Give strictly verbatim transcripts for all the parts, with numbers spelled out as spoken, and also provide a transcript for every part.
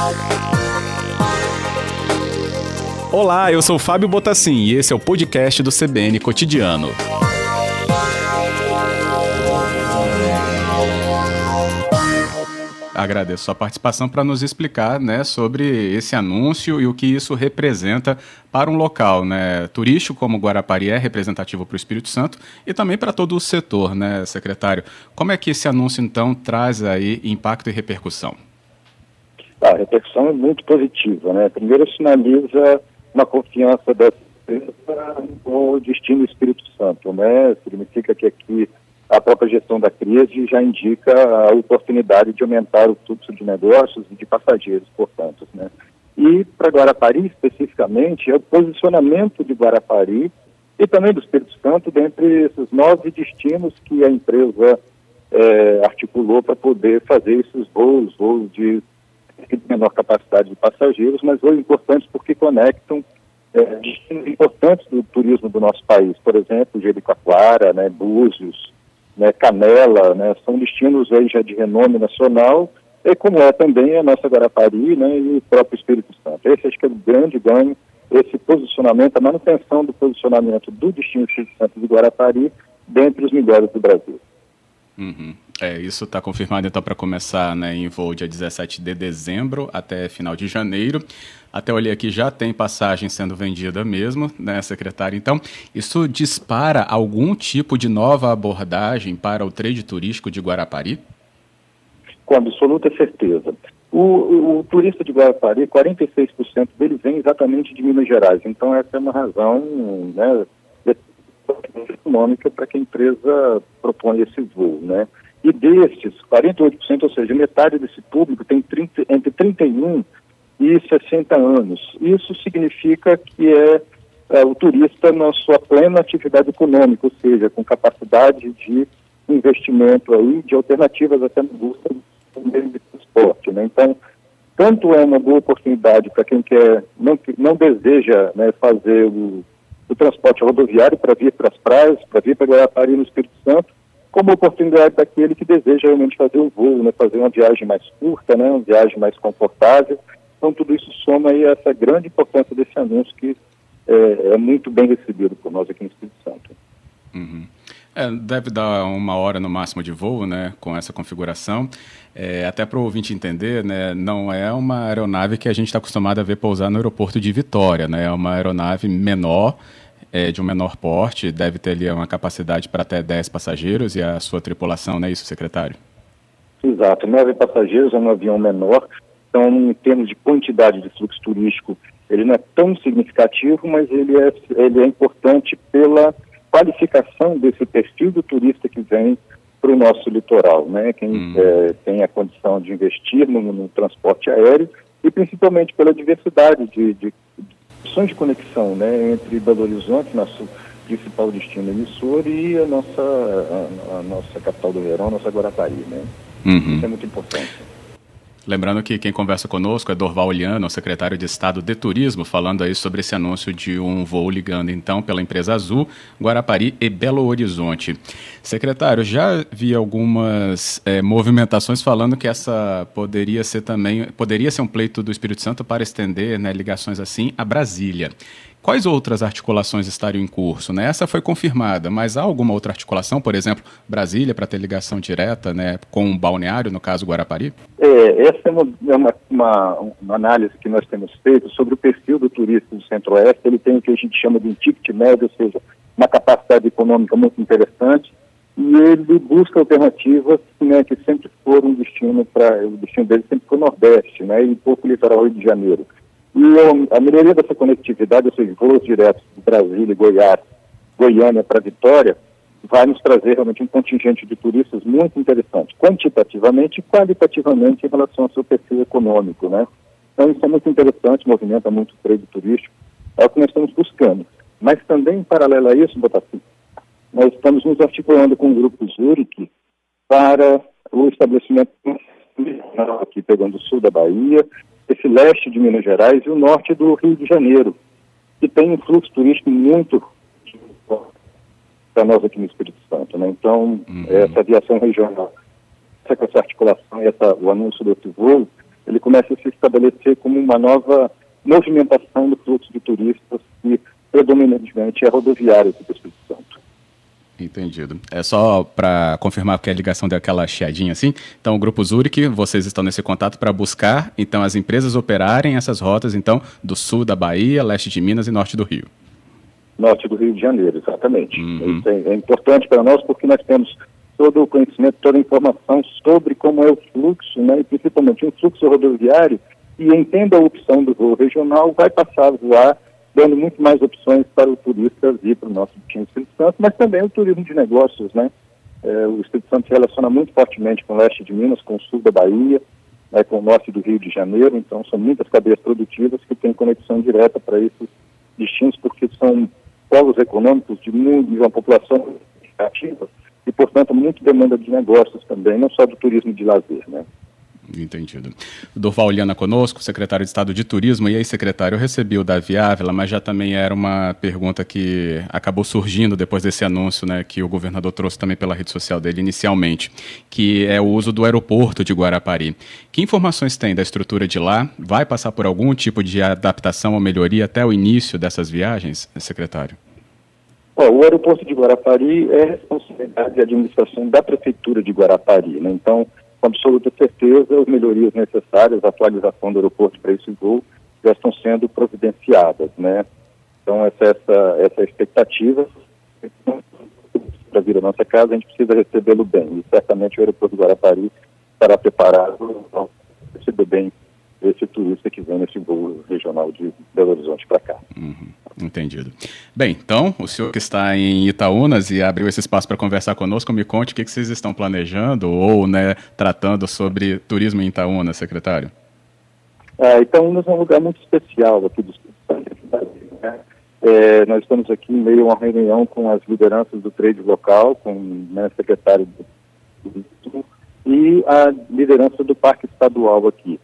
Olá, eu sou o Fábio Botassin e esse é o podcast do C B N Cotidiano. Agradeço sua participação para nos explicar, né, sobre esse anúncio e o que isso representa para um local, né, turístico como Guarapari é representativo para o Espírito Santo e também para todo o setor, né, secretário? Como é que esse anúncio, então, traz aí impacto e repercussão? A repercussão é muito positiva, né? Primeiro, sinaliza uma confiança da empresa no destino do Espírito Santo, né? Significa que aqui a própria gestão da crise já indica a oportunidade de aumentar o fluxo de negócios e de passageiros, portanto, né? E para Guarapari, especificamente, é o posicionamento de Guarapari e também do Espírito Santo dentre esses nove destinos que a empresa é, articulou para poder fazer esses voos, voos de menor capacidade de passageiros, mas voos importantes porque conectam é, destinos importantes do turismo do nosso país, por exemplo, Jericoacoara, né, Búzios, né, Canela, né, são destinos aí já de renome nacional, e como é também a nossa Guarapari, né, e o próprio Espírito Santo. Esse acho que é o grande ganho, esse posicionamento, a manutenção do posicionamento do destino Espírito Santo de Guarapari dentre os melhores do Brasil. Uhum. É, isso está confirmado então para começar, né, em voo dia dezessete de dezembro até final de janeiro. Até olhei aqui, já tem passagem sendo vendida mesmo, né, secretário? Então, isso dispara algum tipo de nova abordagem para o trade turístico de Guarapari? Com absoluta certeza. O, o, o turista de Guarapari, quarenta e seis por cento dele vem exatamente de Minas Gerais. Então, essa é uma razão, né, econômica para que a empresa propõe esse voo, né? E destes, quarenta e oito por cento, ou seja, metade desse público tem trinta, entre trinta e um e sessenta anos. Isso significa que é, é o turista na sua plena atividade econômica, ou seja, com capacidade de investimento aí, de alternativas até na busca do meio de transporte, né? Então, tanto é uma boa oportunidade para quem quer, não, não deseja, né, fazer o, o transporte rodoviário para vir para as praias, para vir para Guarapari no Espírito Santo, como oportunidade daquele que deseja realmente fazer o voo, né, fazer uma viagem mais curta, né, uma viagem mais confortável. Então, tudo isso soma aí a essa grande importância desse anúncio que é, é muito bem recebido por nós aqui no Espírito Santo. Uhum. É, deve dar uma hora no máximo de voo, né, com essa configuração. É, até para o ouvinte entender, né, não é uma aeronave que a gente está acostumado a ver pousar no aeroporto de Vitória, né, é uma aeronave menor, é, de um menor porte, deve ter ali uma capacidade para até dez passageiros e a sua tripulação, não é isso, secretário? Exato, nove passageiros, é um avião menor, então em termos de quantidade de fluxo turístico, ele não é tão significativo, mas ele é, ele é importante pela qualificação desse perfil do turista que vem para o nosso litoral, né? Quem hum. é, tem a condição de investir no, no transporte aéreo e principalmente pela diversidade de, de, de opções de conexão, né, entre Belo Horizonte, nosso principal destino emissor, e a nossa, a, a nossa capital do verão, a nossa Guarapari, né? Uhum. Isso é muito importante. Lembrando que quem conversa conosco é Dorval Oliano, secretário de Estado de Turismo, falando aí sobre esse anúncio de um voo ligando, então, pela empresa Azul, Guarapari e Belo Horizonte. Secretário, já vi algumas é, movimentações falando que essa poderia ser também, poderia ser um pleito do Espírito Santo para estender, né, ligações assim a Brasília. Quais outras articulações estariam em curso, né? Essa foi confirmada, mas há alguma outra articulação, por exemplo, Brasília, para ter ligação direta, né, com um balneário, no caso Guarapari? É, essa é, uma, é uma, uma, uma análise que nós temos feito sobre o perfil do turista do Centro-Oeste. Ele tem o que a gente chama de um ticket médio, ou seja, uma capacidade econômica muito interessante, e ele busca alternativas, né, que sempre foram um destino para o destino dele sempre foi o Nordeste, né, e pouco o litoral Rio de Janeiro. E a melhoria dessa conectividade, ou seja, voos diretos de Brasília, Goiás, Goiânia para Vitória, vai nos trazer realmente um contingente de turistas muito interessante, quantitativamente e qualitativamente em relação ao seu perfil econômico, né? Então isso é muito interessante, movimenta muito o trade turístico, é o que nós estamos buscando. Mas também, em paralelo a isso, Botassin, nós estamos nos articulando com o Grupo Zurich para o estabelecimento aqui pegando o sul da Bahia, esse leste de Minas Gerais e o norte do Rio de Janeiro, que tem um fluxo turístico muito para nós aqui no Espírito Santo, né? Então, uhum. essa aviação regional, essa, essa articulação e essa, o anúncio desse voo ele começa a se estabelecer como uma nova movimentação do fluxo de turistas que predominantemente é rodoviário aqui do Espírito Santo. Entendido. É só para confirmar que a ligação deu aquela chiadinha assim. Então, o Grupo Zurich, vocês estão nesse contato para buscar, então, as empresas operarem essas rotas, então, do sul da Bahia, leste de Minas e norte do Rio. Norte do Rio de Janeiro, exatamente. Uhum. Isso é, é importante para nós porque nós temos todo o conhecimento, toda a informação sobre como é o fluxo, né, e principalmente um fluxo rodoviário, e entenda a opção do voo regional, vai passar a voar, dando muito mais opções para o turista vir para o nosso destino Espírito Santo, mas também o turismo de negócios, né? É, o Espírito Santo se relaciona muito fortemente com o leste de Minas, com o sul da Bahia, né, com o norte do Rio de Janeiro, então são muitas cadeias produtivas que têm conexão direta para esses destinos, porque são polos econômicos de, muito, de uma população ativa e, portanto, muito demanda de negócios também, não só do turismo de lazer, né? Entendido. Durval Oliana conosco, secretário de Estado de Turismo. E aí, secretário, eu recebi o Davi Ávila, mas já também era uma pergunta que acabou surgindo depois desse anúncio, né, que o governador trouxe também pela rede social dele inicialmente, que é o uso do aeroporto de Guarapari. Que informações tem da estrutura de lá? Vai passar por algum tipo de adaptação ou melhoria até o início dessas viagens, secretário? Bom, o aeroporto de Guarapari é responsabilidade de administração da Prefeitura de Guarapari, né? Então, com absoluta certeza, as melhorias necessárias, a atualização do aeroporto para esse voo já estão sendo providenciadas, né? Então, essa, essa, essa é a expectativa. Para vir à nossa casa, a gente precisa recebê-lo bem. E certamente o aeroporto de Guarapari estará preparado para receber bem esse turista que vem nesse voo regional de Belo Horizonte para cá. Uhum, entendido. Bem, então, o senhor que está em Itaúnas e abriu esse espaço para conversar conosco, me conte o que, que vocês estão planejando ou, né, tratando sobre turismo em Itaúnas, secretário. Ah, Itaúnas é um lugar muito especial aqui do Espírito Santo, né? É, nós estamos aqui em meio a uma reunião com as lideranças do trade local, com o, né, secretário do turismo e a liderança do parque estadual aqui.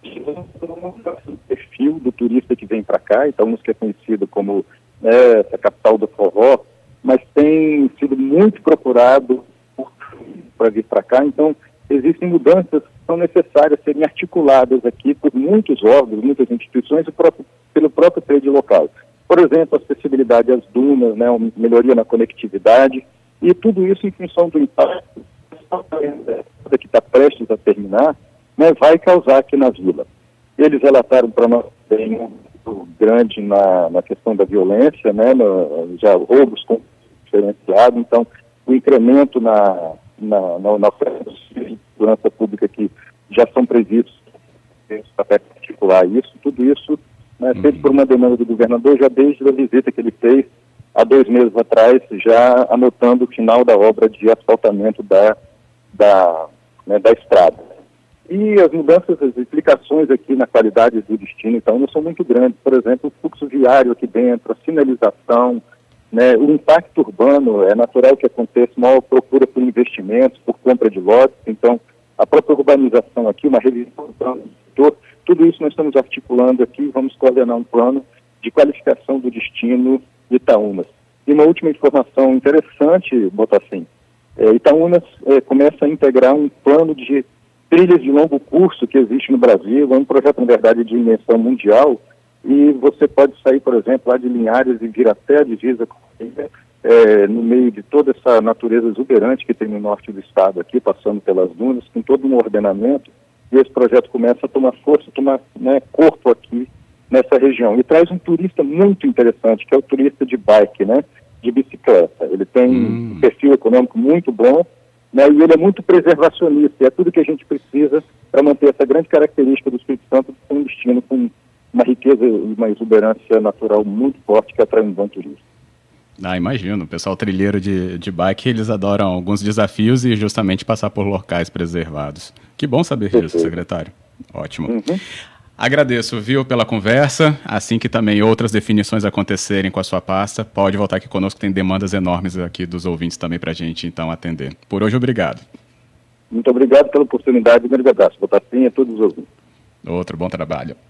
O perfil do turista que vem para cá, Itaúnas que é conhecido como, né, a capital do forró, mas tem sido muito procurado para vir para cá, então existem mudanças que são necessárias serem articuladas aqui por muitos órgãos, muitas instituições e próprio, pelo próprio trade local. Por exemplo, a acessibilidade às dunas, né, uma melhoria na conectividade, e tudo isso em função do impacto que está prestes a terminar, né, vai causar aqui na vila. Eles relataram para nós bem muito grande na, na questão da violência, né, no, já roubos com diferenciado, então o incremento na, na, na, na oferta de segurança pública que já são previstos para articular isso, tudo isso, né, feito por uma demanda do governador já desde a visita que ele fez há dois meses atrás, já anotando o final da obra de asfaltamento da, da, né, da estrada. E as mudanças, as implicações aqui na qualidade do destino, então, não são muito grandes. Por exemplo, o fluxo viário aqui dentro, a sinalização, né, o impacto urbano, é natural que aconteça maior procura por investimentos, por compra de lotes. Então, a própria urbanização aqui, uma revisão do plano do setor, tudo isso nós estamos articulando aqui, vamos coordenar um plano de qualificação do destino de Itaúnas. E uma última informação interessante, Botacim, é, Itaúnas é, começa a integrar um plano de trilhas de longo curso que existe no Brasil, é um projeto, na verdade, de dimensão mundial, e você pode sair, por exemplo, lá de Linhares e vir até a divisa, é, no meio de toda essa natureza exuberante que tem no norte do estado aqui, passando pelas dunas, com todo um ordenamento, e esse projeto começa a tomar força, tomar, né, corpo aqui nessa região. E traz um turista muito interessante, que é o turista de bike, né, de bicicleta. Ele tem hum. um perfil econômico muito bom, né, e ele é muito preservacionista, e é tudo que a gente precisa para manter essa grande característica do Espírito Santo, de ser um destino com uma riqueza e uma exuberância natural muito forte que atrai um bom turista. Ah, imagino. O pessoal trilheiro de, de bike, eles adoram alguns desafios e justamente passar por locais preservados. Que bom saber disso, secretário. Ótimo. Uhum. Agradeço, viu, pela conversa. Assim que também outras definições acontecerem com a sua pasta, pode voltar aqui conosco, tem demandas enormes aqui dos ouvintes também para a gente, então, atender. Por hoje, obrigado. Muito obrigado pela oportunidade. Um grande abraço. Botacinha a todos os ouvintes. Outro bom trabalho.